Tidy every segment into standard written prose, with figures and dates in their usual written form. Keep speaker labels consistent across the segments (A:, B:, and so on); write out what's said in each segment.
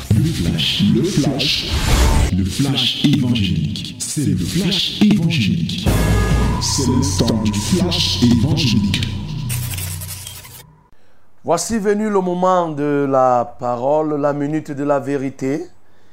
A: Le flash évangélique. C'est le flash évangélique. C'est le temps du flash évangélique.
B: Voici venu le moment de la parole, la minute de la vérité,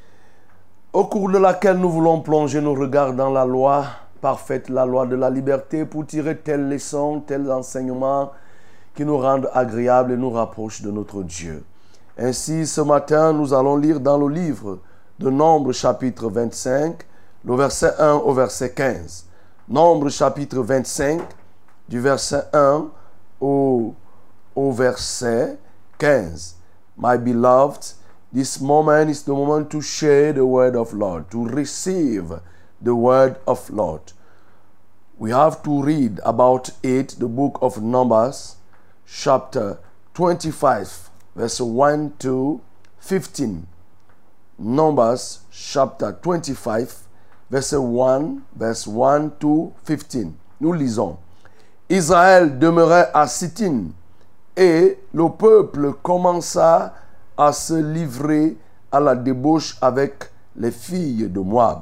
B: au cours de laquelle nous voulons plonger nos regards dans la loi parfaite, la loi de la liberté, pour tirer telles leçons, tels enseignements qui nous rendent agréables et nous rapprochent de notre Dieu. Ainsi, ce matin, nous allons lire dans le livre de Nombre, chapitre 25, le verset 1 au verset 15. Nombre, chapitre 25, du verset 1 au verset 15. My beloved, this moment is the moment to share the word of Lord, to receive the word of Lord. We have to read about it, the book of Numbers, chapter 25, verse 1 to 15. Numbers, chapter 25, verse 1 to 15. Nous lisons. Israël demeurait à Sittim, et le peuple commença à se livrer à la débauche avec les filles de Moab.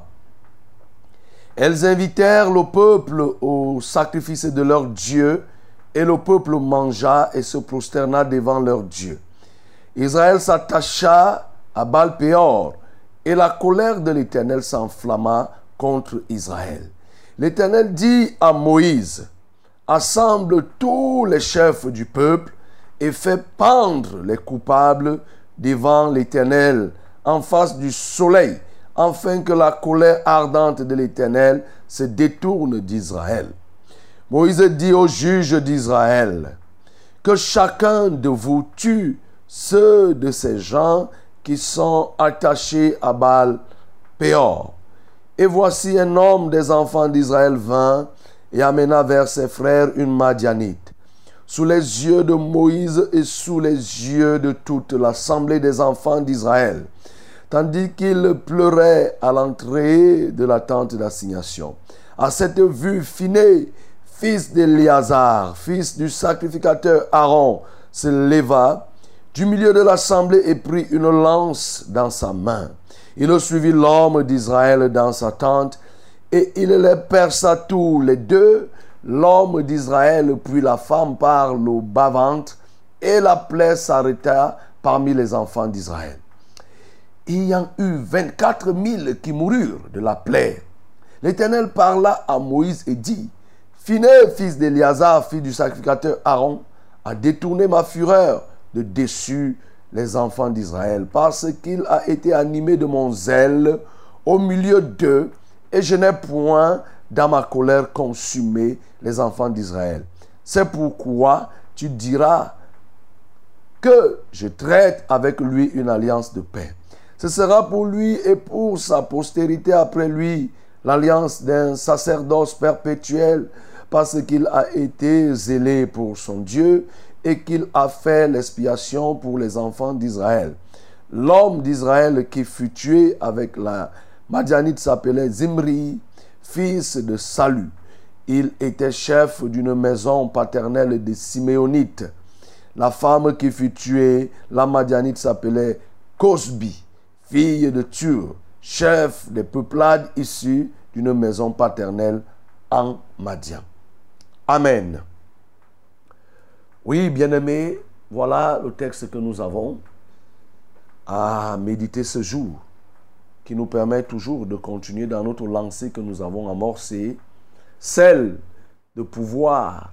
B: Elles invitèrent le peuple au sacrifice de leur Dieu, et le peuple mangea et se prosterna devant leur Dieu. Israël s'attacha à Baal-Péor, et la colère de l'Éternel s'enflamma contre Israël. L'Éternel dit à Moïse, assemble tous les chefs du peuple et fais pendre les coupables devant l'Éternel en face du soleil, afin que la colère ardente de l'Éternel se détourne d'Israël. Moïse dit aux juges d'Israël, que chacun de vous tue ceux de ces gens qui sont attachés à Baal-Péor. Et voici un homme des enfants d'Israël vint et amena vers ses frères une Madianite. Sous les yeux de Moïse et sous les yeux de toute l'assemblée des enfants d'Israël, tandis qu'il pleurait à l'entrée de la tente d'assignation. À cette vue, Phiné, fils d'Éléazar, fils du sacrificateur Aaron, se leva du milieu de l'assemblée et prit une lance dans sa main. Il suivit l'homme d'Israël dans sa tente et il les perça tous les deux, l'homme d'Israël puis la femme par le bas-ventre, et la plaie s'arrêta parmi les enfants d'Israël. Il y en eut 24 000 qui moururent de la plaie. L'Éternel parla à Moïse et dit, Phiné, fils d'Éléazar, fils du sacrificateur Aaron, a détourné ma fureur de dessus les enfants d'Israël, parce qu'il a été animé de mon zèle au milieu d'eux, et je n'ai point dans ma colère consumé les enfants d'Israël. C'est pourquoi tu diras que je traite avec lui une alliance de paix. Ce sera pour lui et pour sa postérité après lui l'alliance d'un sacerdoce perpétuel, parce qu'il a été zélé pour son Dieu et qu'il a fait l'expiation pour les enfants d'Israël. L'homme d'Israël qui fut tué avec la Madianite s'appelait Zimri, fils de Salu. Il était chef d'une maison paternelle des Siméonites. La femme qui fut tuée, la Madianite s'appelait Cosbi, fille de Tur, chef des peuplades issues d'une maison paternelle en Madian. Amen. Oui, bien-aimés, voilà le texte que nous avons à méditer ce jour, qui nous permet toujours de continuer dans notre lancée que nous avons amorcée, celle de pouvoir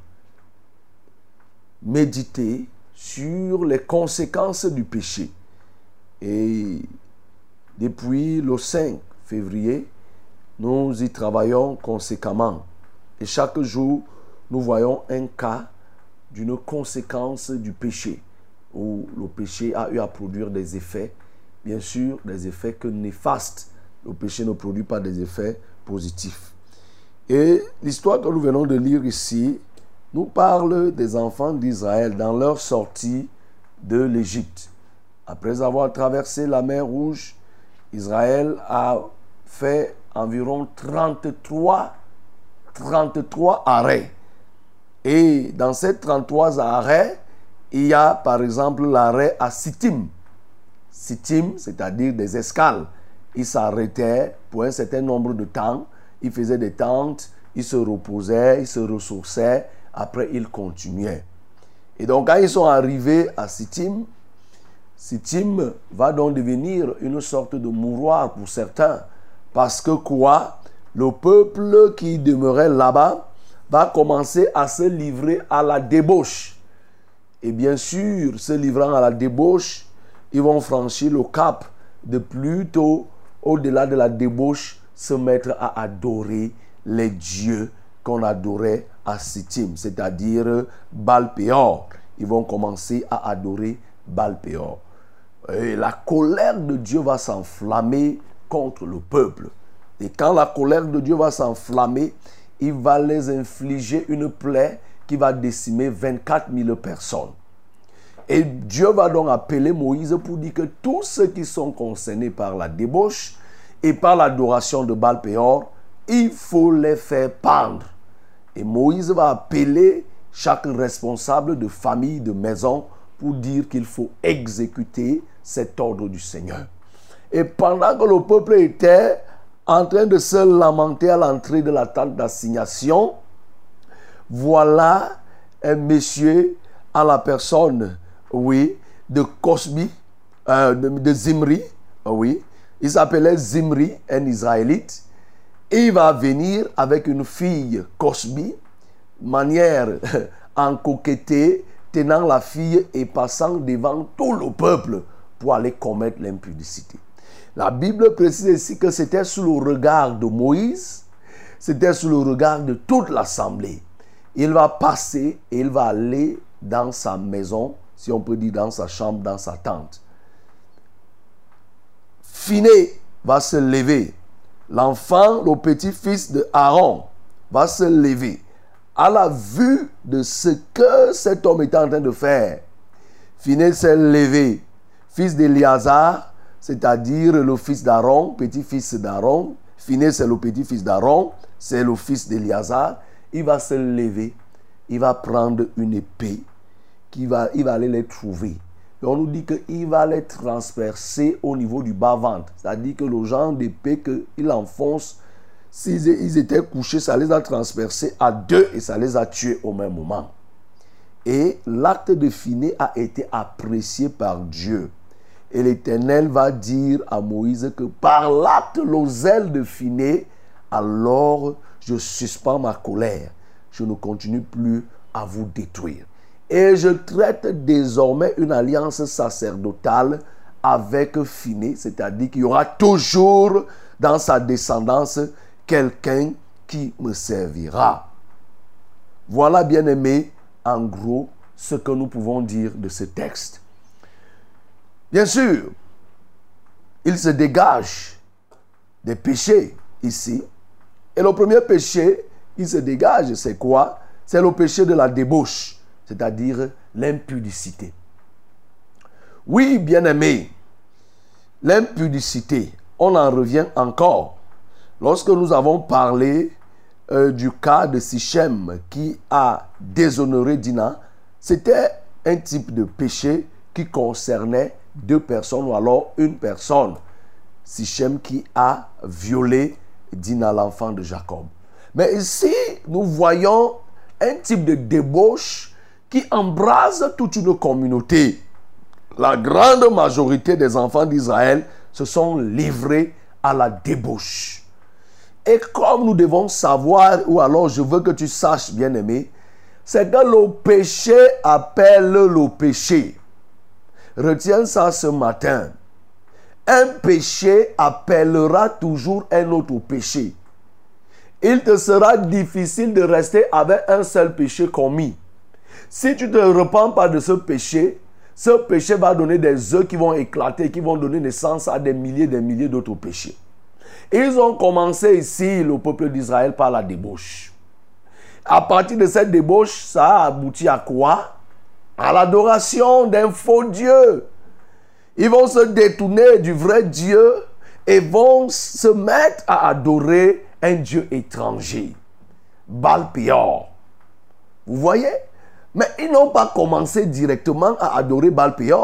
B: méditer sur les conséquences du péché. Et depuis le 5 février, nous y travaillons conséquemment. Et chaque jour, nous voyons un cas d'une conséquence du péché, où le péché a eu à produire des effets, bien sûr, des effets que néfastes. Le péché ne produit pas des effets positifs. Et l'histoire que nous venons de lire ici nous parle des enfants d'Israël dans leur sortie de l'Égypte. Après avoir traversé la mer Rouge, Israël a fait environ 33 arrêts. Et dans ces 33 arrêts, il y a par exemple l'arrêt à Sittim. Sittim, c'est-à-dire des escales. Ils s'arrêtaient pour un certain nombre de temps. Ils faisaient des tentes, ils se reposaient, ils se ressourçaient. Après, ils continuaient. Et donc, quand ils sont arrivés à Sittim, Sittim va donc devenir une sorte de mouroir pour certains. Parce que quoi? Le peuple qui demeurait là-bas va commencer à se livrer à la débauche. Et bien sûr, se livrant à la débauche, ils vont franchir le cap de plutôt, au-delà de la débauche, se mettre à adorer les dieux qu'on adorait à Sittim, c'est-à-dire Baal-Péor. Ils vont commencer à adorer Baal-Péor. Et la colère de Dieu va s'enflammer contre le peuple. Et quand la colère de Dieu va s'enflammer, il va les infliger une plaie qui va décimer 24 000 personnes. Et Dieu va donc appeler Moïse pour dire que tous ceux qui sont concernés par la débauche et par l'adoration de Baal-Péor, il faut les faire pendre. Et Moïse va appeler chaque responsable de famille, de maison, pour dire qu'il faut exécuter cet ordre du Seigneur. Et pendant que le peuple était en train de se lamenter à l'entrée de la tente d'assignation, voilà un monsieur à la personne, oui, de Cosbi, de Zimri, oui, il s'appelait Zimri, un Israélite, et il va venir avec une fille Cosbi, manière en coquetté, tenant la fille et passant devant tout le peuple pour aller commettre l'impudicité. La Bible précise ici que c'était sous le regard de Moïse, c'était sous le regard de toute l'assemblée. Il va passer et il va aller dans sa maison, si on peut dire dans sa chambre, dans sa tente. Phiné va se lever. L'enfant, le petit-fils de Aaron, va se lever. À la vue de ce que cet homme était en train de faire, Phiné s'est levé, fils d'Éléazar, c'est-à-dire le fils d'Aaron, petit-fils d'Aaron. Phiné, c'est le petit-fils d'Aaron, c'est le fils d'Éléazar. Il va se lever, il va prendre une épée, il va aller les trouver. Et on nous dit qu'il va les transpercer au niveau du bas-ventre. C'est-à-dire que le genre d'épée qu'il enfonce, s'ils étaient couchés, ça les a transpercés à deux et ça les a tués au même moment. Et l'acte de Phiné a été apprécié par Dieu. Et l'Éternel va dire à Moïse que par l'acte, le zèle de Phiné, alors je suspends ma colère. Je ne continue plus à vous détruire. Et je traite désormais une alliance sacerdotale avec Phiné, c'est-à-dire qu'il y aura toujours dans sa descendance quelqu'un qui me servira. Voilà, bien-aimés, en gros, ce que nous pouvons dire de ce texte. Bien sûr, il se dégage des péchés ici. Et le premier péché, il se dégage, c'est quoi? C'est le péché de la débauche, c'est-à-dire l'impudicité. Oui, bien-aimés, l'impudicité, on en revient encore. Lorsque nous avons parlé du cas de Sichem qui a déshonoré Dina, c'était un type de péché qui concernait deux personnes ou alors une personne. Sichem qui a violé Dina, l'enfant de Jacob. Mais ici, nous voyons un type de débauche qui embrase toute une communauté. La grande majorité des enfants d'Israël se sont livrés à la débauche. Et comme nous devons savoir, ou alors je veux que tu saches, bien-aimé, c'est que le péché appelle le péché. Retiens ça ce matin. Un péché appellera toujours un autre péché. Il te sera difficile de rester avec un seul péché commis. Si tu ne te repens pas de ce péché va donner des œufs qui vont éclater, qui vont donner naissance à des milliers d'autres péchés. Ils ont commencé ici, le peuple d'Israël, par la débauche. À partir de cette débauche, ça a abouti à quoi? À l'adoration d'un faux Dieu. Ils vont se détourner du vrai Dieu et vont se mettre à adorer un Dieu étranger. Baal-Péor. Vous voyez? Mais ils n'ont pas commencé directement à adorer Baal-Péor.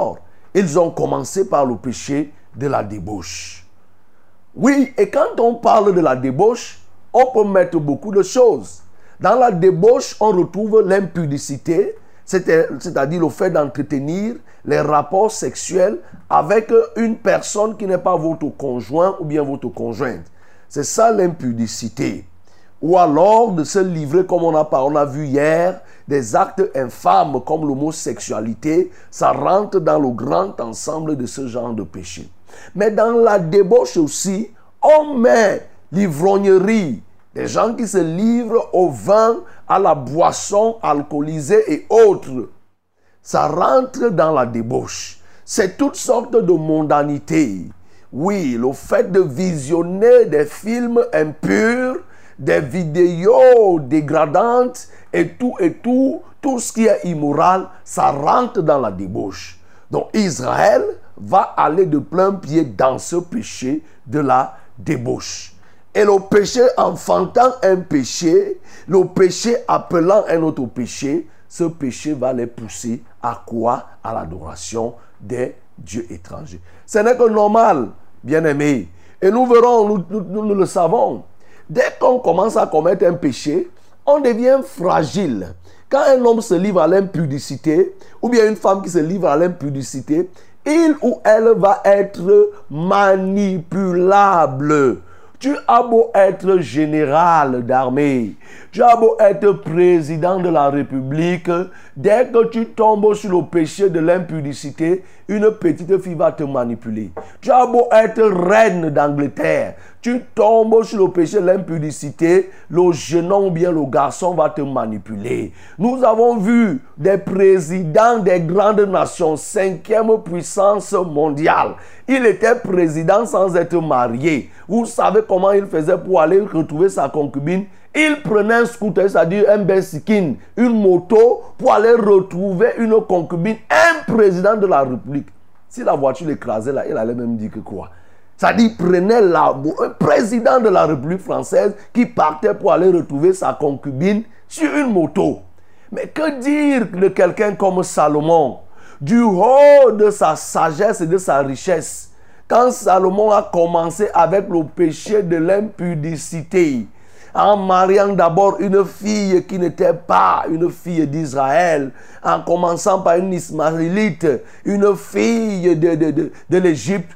B: Ils ont commencé par le péché de la débauche. Oui, et quand on parle de la débauche, on peut mettre beaucoup de choses. Dans la débauche, on retrouve l'impudicité, c'est-à-dire le fait d'entretenir les rapports sexuels avec une personne qui n'est pas votre conjoint ou bien votre conjointe. C'est ça l'impudicité. Ou alors de se livrer, comme on a vu hier, des actes infâmes comme l'homosexualité. Ça rentre dans le grand ensemble de ce genre de péché. Mais dans la débauche aussi, on met l'ivrognerie, des gens qui se livrent au vin, à la boisson alcoolisée et autres. Ça rentre dans la débauche. C'est toutes sortes de mondanités. Oui, le fait de visionner des films impurs, des vidéos dégradantes et tout ce qui est immoral, ça rentre dans la débauche. Donc Israël va aller de plein pied dans ce péché de la débauche. Et le péché enfantant un péché, le péché appelant un autre péché, ce péché va les pousser à quoi? À l'adoration des dieux étrangers. Ce n'est que normal, bien-aimés. Et nous verrons, nous le savons. Dès qu'on commence à commettre un péché, on devient fragile. Quand un homme se livre à l'impudicité, ou bien une femme qui se livre à l'impudicité, il ou elle va être manipulable. Tu as beau être général d'armée, tu as beau être président de la République, dès que tu tombes sur le péché de l'impudicité, une petite fille va te manipuler. Tu as beau être reine d'Angleterre, tu tombes sur le péché de l'impudicité, le jeune homme ou bien le garçon va te manipuler. Nous avons vu des présidents des grandes nations, 5e puissance mondiale. Il était président sans être marié. Vous savez comment il faisait pour aller retrouver sa concubine? Il prenait un scooter, c'est-à-dire un benzikin, une moto, pour aller retrouver une concubine, un président de la République. Si la voiture l'écrasait là, il allait même dire que quoi? C'est-à-dire, il prenait un président de la République française qui partait pour aller retrouver sa concubine sur une moto. Mais que dire de quelqu'un comme Salomon? Du haut de sa sagesse et de sa richesse, quand Salomon a commencé avec le péché de l'impudicité, en mariant d'abord une fille qui n'était pas une fille d'Israël, en commençant par une Ismaélite, une fille de l'Égypte,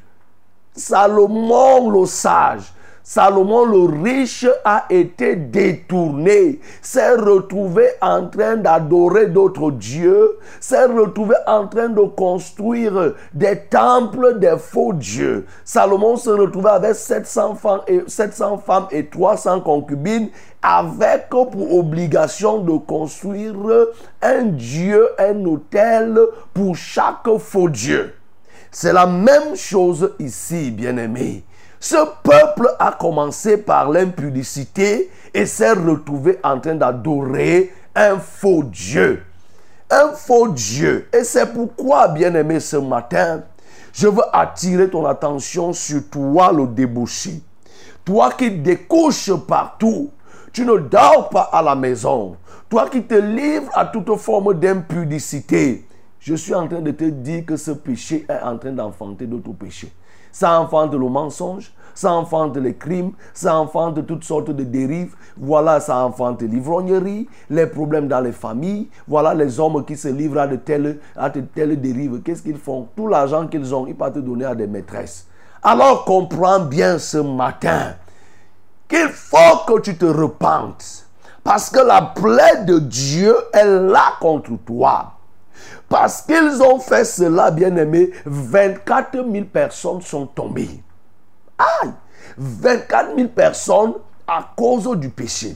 B: Salomon le sage, Salomon le riche a été détourné, s'est retrouvé en train d'adorer d'autres dieux, s'est retrouvé en train de construire des temples des faux dieux. Salomon se retrouvait avec 700 femmes et 300 concubines, avec pour obligation de construire un dieu, un autel pour chaque faux dieu. C'est la même chose ici, bien-aimés. Ce peuple a commencé par l'impudicité et s'est retrouvé en train d'adorer un faux Dieu. Un faux Dieu. Et c'est pourquoi, bien-aimé, ce matin, je veux attirer ton attention sur toi, le débauché. Toi qui découches partout. Tu ne dors pas à la maison. Toi qui te livres à toute forme d'impudicité. Je suis en train de te dire que ce péché est en train d'enfanter d'autres péchés. Ça enfante le mensonge, ça enfante les crimes, ça enfante toutes sortes de dérives. Voilà, ça enfante l'ivrognerie, les problèmes dans les familles. Voilà les hommes qui se livrent à de telles dérives. Qu'est-ce qu'ils font? Tout l'argent qu'ils ont, ils peuvent te donner à des maîtresses. Alors comprends bien ce matin qu'il faut que tu te repentes. Parce que la plaie de Dieu est là contre toi. Parce qu'ils ont fait cela, bien-aimés, 24 000 personnes sont tombées. Aïe! 24 000 personnes à cause du péché.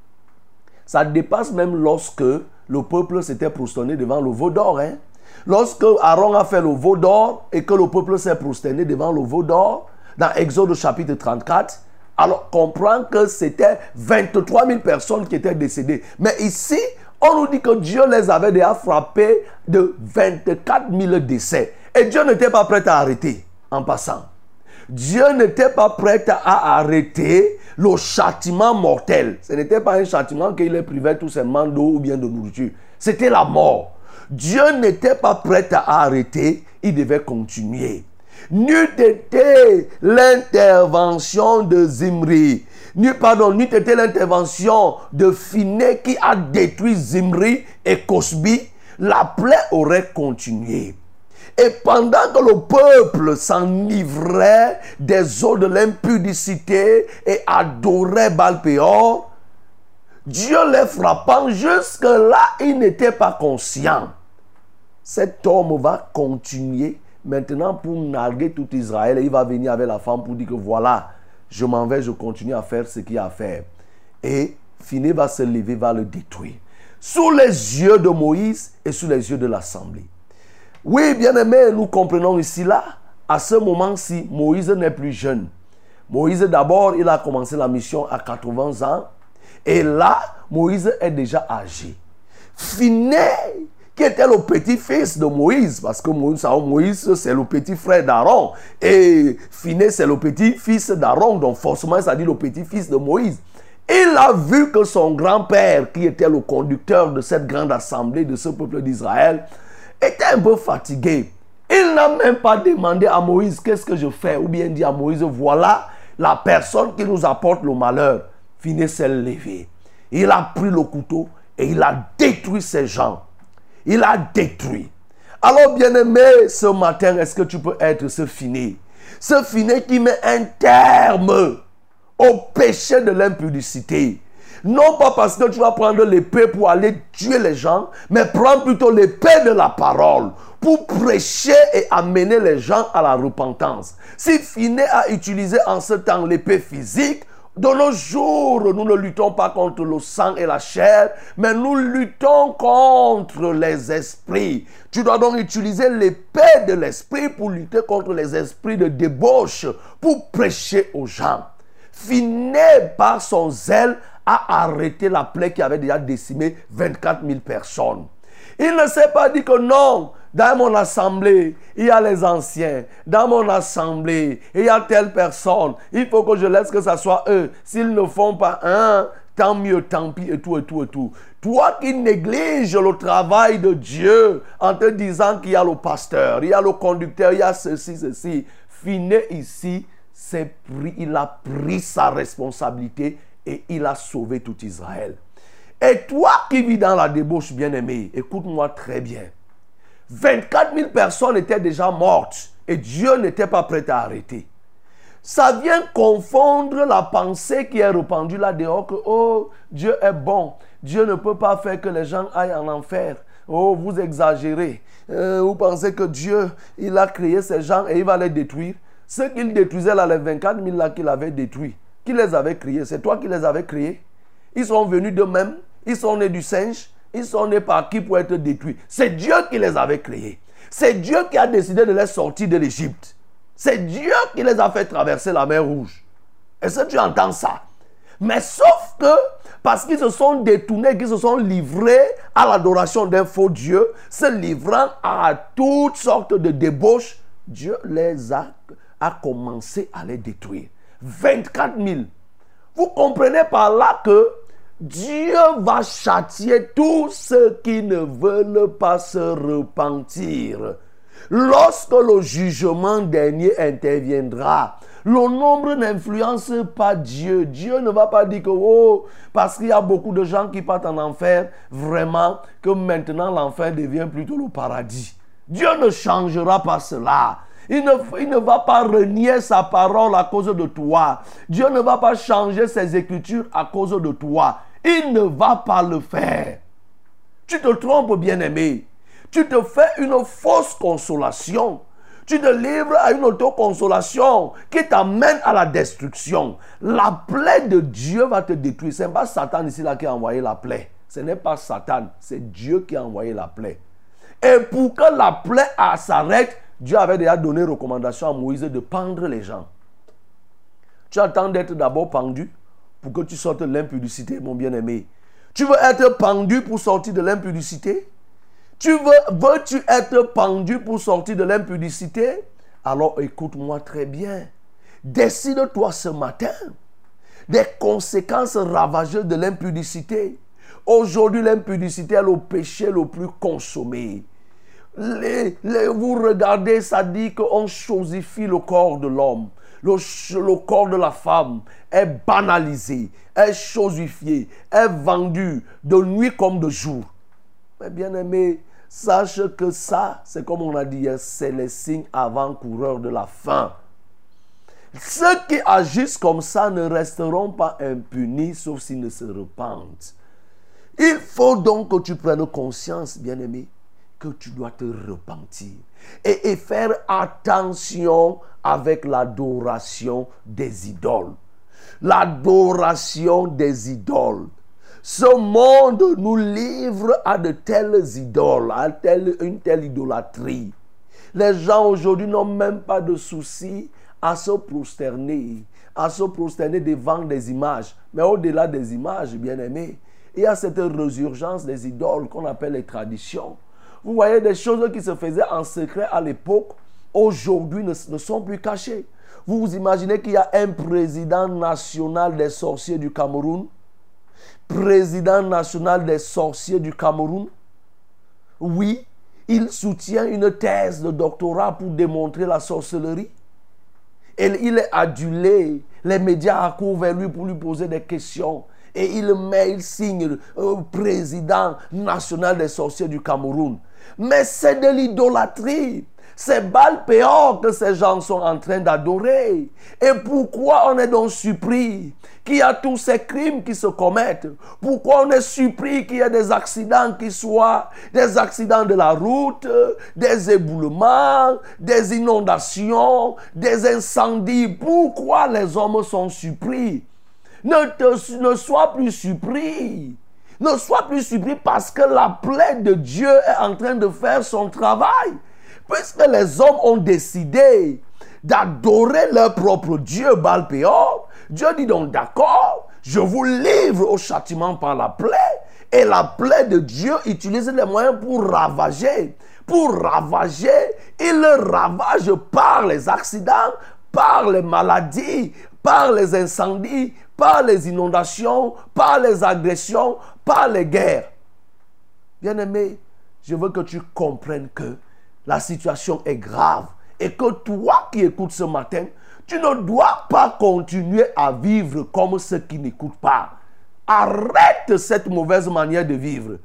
B: Ça dépasse même lorsque le peuple s'était prosterné devant le veau d'or. Lorsque Aaron a fait le veau d'or et que le peuple s'est prosterné devant le veau d'or, dans Exode chapitre 34, alors comprends que c'était 23 000 personnes qui étaient décédées. Mais ici, on nous dit que Dieu les avait déjà frappés de 24 000 décès. Et Dieu n'était pas prêt à arrêter en passant. Dieu n'était pas prêt à arrêter le châtiment mortel. Ce n'était pas un châtiment qu'il les privait tout simplement d'eau ou bien de nourriture. C'était la mort. Dieu n'était pas prêt à arrêter, il devait continuer. N'eût été l'intervention de Zimri, n'eût été l'intervention de Phiné qui a détruit Zimri et Cosbi, la plaie aurait continué. Et pendant que le peuple s'enivrait des eaux de l'impudicité et adorait Baal-Péor, Dieu les frappant, jusque-là, il n'était pas conscient. Cet homme va continuer maintenant pour narguer tout Israël. Et il va venir avec la femme pour dire que voilà, je m'en vais, je continue à faire ce qu'il y a à faire. Et Phiné va se lever, va le détruire. Sous les yeux de Moïse et sous les yeux de l'assemblée. Oui, bien-aimés, nous comprenons ici là, à ce moment-ci, Moïse n'est plus jeune. Moïse d'abord, il a commencé la mission à 80 ans. Et là, Moïse est déjà âgé. Phiné, qui était le petit-fils de Moïse, parce que Moïse, c'est le petit frère d'Aaron. Et Phiné, c'est le petit-fils d'Aaron, donc forcément, ça dit le petit-fils de Moïse. Il a vu que son grand-père, qui était le conducteur de cette grande assemblée, de ce peuple d'Israël, était un peu fatigué. Il n'a même pas demandé à Moïse, qu'est-ce que je fais? Ou bien dit à Moïse, voilà la personne qui nous apporte le malheur. Phiné s'est levé. Il a pris le couteau et il a détruit ces gens. Il a détruit. Alors, bien-aimé, ce matin, est-ce que tu peux être ce Phiné? Ce Phiné qui met un terme au péché de l'impudicité. Non pas parce que tu vas prendre l'épée pour aller tuer les gens, mais prends plutôt l'épée de la parole pour prêcher et amener les gens à la repentance. Si Phiné a utilisé en ce temps l'épée physique, de nos jours, nous ne luttons pas contre le sang et la chair, mais nous luttons contre les esprits. Tu dois donc utiliser l'épée de l'esprit pour lutter contre les esprits de débauche, pour prêcher aux gens. Phiné, par son zèle, a arrêté la plaie qui avait déjà décimé 24 000 personnes. Il ne s'est pas dit que non, dans mon assemblée, il y a les anciens. Dans mon assemblée, il y a telle personne. Il faut que je laisse que ce soit eux. S'ils ne font pas un, tant mieux, tant pis, et tout, et tout, et tout. Toi qui négliges le travail de Dieu en te disant qu'il y a le pasteur, il y a le conducteur, il y a ceci, ceci. Phiné ici, il a pris sa responsabilité et il a sauvé tout Israël. Et toi qui vis dans la débauche, bien-aimé, écoute-moi très bien. 24 000 personnes étaient déjà mortes et Dieu n'était pas prêt à arrêter. Ça vient confondre la pensée qui est répandue là dehors que oh, Dieu est bon. Dieu ne peut pas faire que les gens aillent en enfer. Oh, vous exagérez. Vous pensez que Dieu, il a créé ces gens et il va les détruire. Ceux qu'il détruisait là, les 24 000 là qu'il avait détruits, qui les avait créés? C'est toi qui les avais créés. Ils sont venus d'eux-mêmes. Ils sont nés du singe. Ils sont nés par qui pour être détruits? C'est Dieu qui les avait créés. C'est Dieu qui a décidé de les sortir de l'Égypte. C'est Dieu qui les a fait traverser la mer Rouge. Est-ce que tu entends ça? Mais sauf que, parce qu'ils se sont détournés, qu'ils se sont livrés à l'adoration d'un faux Dieu, se livrant à toutes sortes de débauches, Dieu a commencé à les détruire. 24 000. Vous comprenez par là que Dieu va châtier tous ceux qui ne veulent pas se repentir. Lorsque le jugement dernier interviendra, le nombre n'influence pas Dieu. Dieu ne va pas dire que, oh, parce qu'il y a beaucoup de gens qui partent en enfer, vraiment, que maintenant l'enfer devient plutôt le paradis. Dieu ne changera pas cela. Il ne va pas renier sa parole à cause de toi. Dieu ne va pas changer ses écritures à cause de toi. Il ne va pas le faire. Tu te trompes, bien-aimé. Tu te fais une fausse consolation. Tu te livres à une autoconsolation qui t'amène à la destruction. La plaie de Dieu va te détruire. Ce n'est pas Satan ici là qui a envoyé la plaie. Ce n'est pas Satan, c'est Dieu qui a envoyé la plaie. Et pour que la plaie s'arrête, Dieu avait déjà donné recommandation à Moïse de pendre les gens. Tu attends d'être d'abord pendu pour que tu sortes de l'impudicité, mon bien-aimé. Tu veux être pendu pour sortir de l'impudicité? Veux-tu être pendu pour sortir de l'impudicité? Alors écoute-moi très bien. Décide-toi ce matin des conséquences ravageuses de l'impudicité. Aujourd'hui, l'impudicité est le péché le plus consommé. Vous regardez, ça dit qu'on chosifie le corps de l'homme. Le corps de la femme est banalisé, est chosifié, est vendu de nuit comme de jour. Mais bien aimé, sache que ça, c'est comme on a dit, c'est les signes avant-coureurs de la fin. Ceux qui agissent comme ça ne resteront pas impunis, sauf s'ils ne se repentent. Il faut donc que tu prennes conscience, bien aimé, que tu dois te repentir et faire attention avec l'adoration des idoles. L'adoration des idoles. Ce monde nous livre à de telles idoles, à une telle idolâtrie. Les gens aujourd'hui n'ont même pas de souci à se prosterner devant des images. Mais au-delà des images, bien aimés, il y a cette résurgence des idoles qu'on appelle les traditions. Vous voyez, des choses qui se faisaient en secret à l'époque, aujourd'hui ne sont plus cachées. Vous vous imaginez qu'il y a un président national des sorciers du Cameroun? Président national des sorciers du Cameroun? Oui, il soutient une thèse de doctorat pour démontrer la sorcellerie. Et il est adulé. Les médias accourent vers lui pour lui poser des questions. Et il signe président national des sorciers du Cameroun. Mais c'est de l'idolâtrie. C'est Baal-Péor que ces gens sont en train d'adorer. Et pourquoi on est donc surpris qu'il y a tous ces crimes qui se commettent? Pourquoi on est surpris qu'il y ait des accidents qui soient des accidents de la route, des éboulements, des inondations, des incendies? Pourquoi les hommes sont surpris? Ne sois plus surpris. Ne sois plus surpris parce que la plaie de Dieu est en train de faire son travail. Puisque les hommes ont décidé d'adorer leur propre Dieu, Baal-Péor, Dieu dit donc d'accord, je vous livre au châtiment par la plaie. Et la plaie de Dieu utilise les moyens pour ravager. Pour ravager, il le ravage par les accidents, par les maladies, par les incendies, par les inondations, par les agressions, par les guerres. Bien-aimé, je veux que tu comprennes que la situation est grave et que toi qui écoutes ce matin, tu ne dois pas continuer à vivre comme ceux qui n'écoutent pas. Arrête cette mauvaise manière de vivre.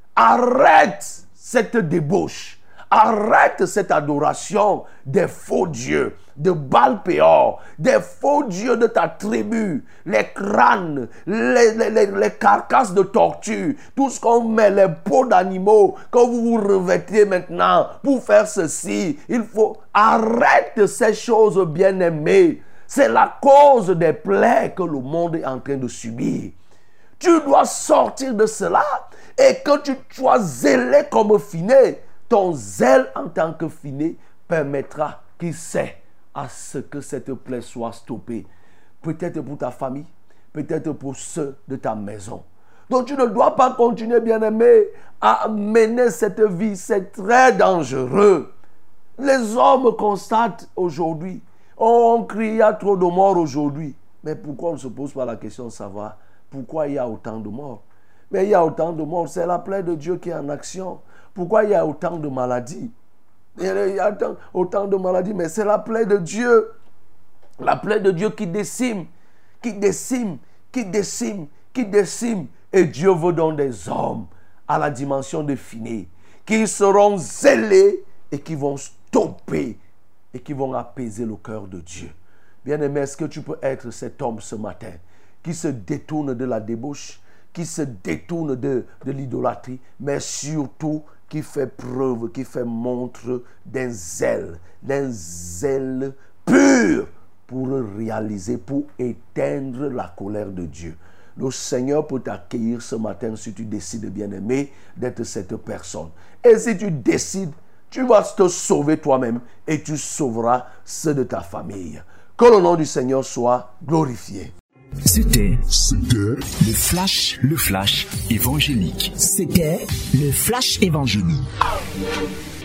B: Arrête cette débauche. Arrête cette adoration des faux dieux, de Baal-Péor, des faux dieux de ta tribu, les crânes, les carcasses de tortue, tout ce qu'on met, les peaux d'animaux, que vous vous revêtez maintenant pour faire ceci. Il faut arrêter ces choses bien-aimées. C'est la cause des plaies que le monde est en train de subir. Tu dois sortir de cela et que tu sois zélé comme Finé. Ton zèle en tant que Finé permettra, qui sait, à ce que cette plaie soit stoppée. Peut-être pour ta famille, peut-être pour ceux de ta maison. Donc tu ne dois pas continuer, bien-aimé, à mener cette vie. C'est très dangereux. Les hommes constatent aujourd'hui, on crie, il y a trop de morts aujourd'hui. Mais pourquoi on ne se pose pas la question de savoir pourquoi il y a autant de morts? Mais il y a autant de morts, c'est la plaie de Dieu qui est en action. Pourquoi il y a autant de maladies? Il y a autant de maladies, mais c'est la plaie de Dieu. La plaie de Dieu qui décime, qui décime, qui décime, qui décime. Et Dieu veut donc des hommes à la dimension de Finé, qui seront zélés et qui vont stopper et qui vont apaiser le cœur de Dieu. Bien-aimé, est-ce que tu peux être cet homme ce matin qui se détourne de la débauche, qui se détourne de l'idolâtrie, mais surtout qui fait preuve, qui fait montre d'un zèle pur pour réaliser, pour éteindre la colère de Dieu. Le Seigneur peut t'accueillir ce matin si tu décides, bien-aimé, d'être cette personne. Et si tu décides, tu vas te sauver toi-même et tu sauveras ceux de ta famille. Que le nom du Seigneur soit glorifié.
C: C'était le flash évangélique.
D: C'était le flash évangélique.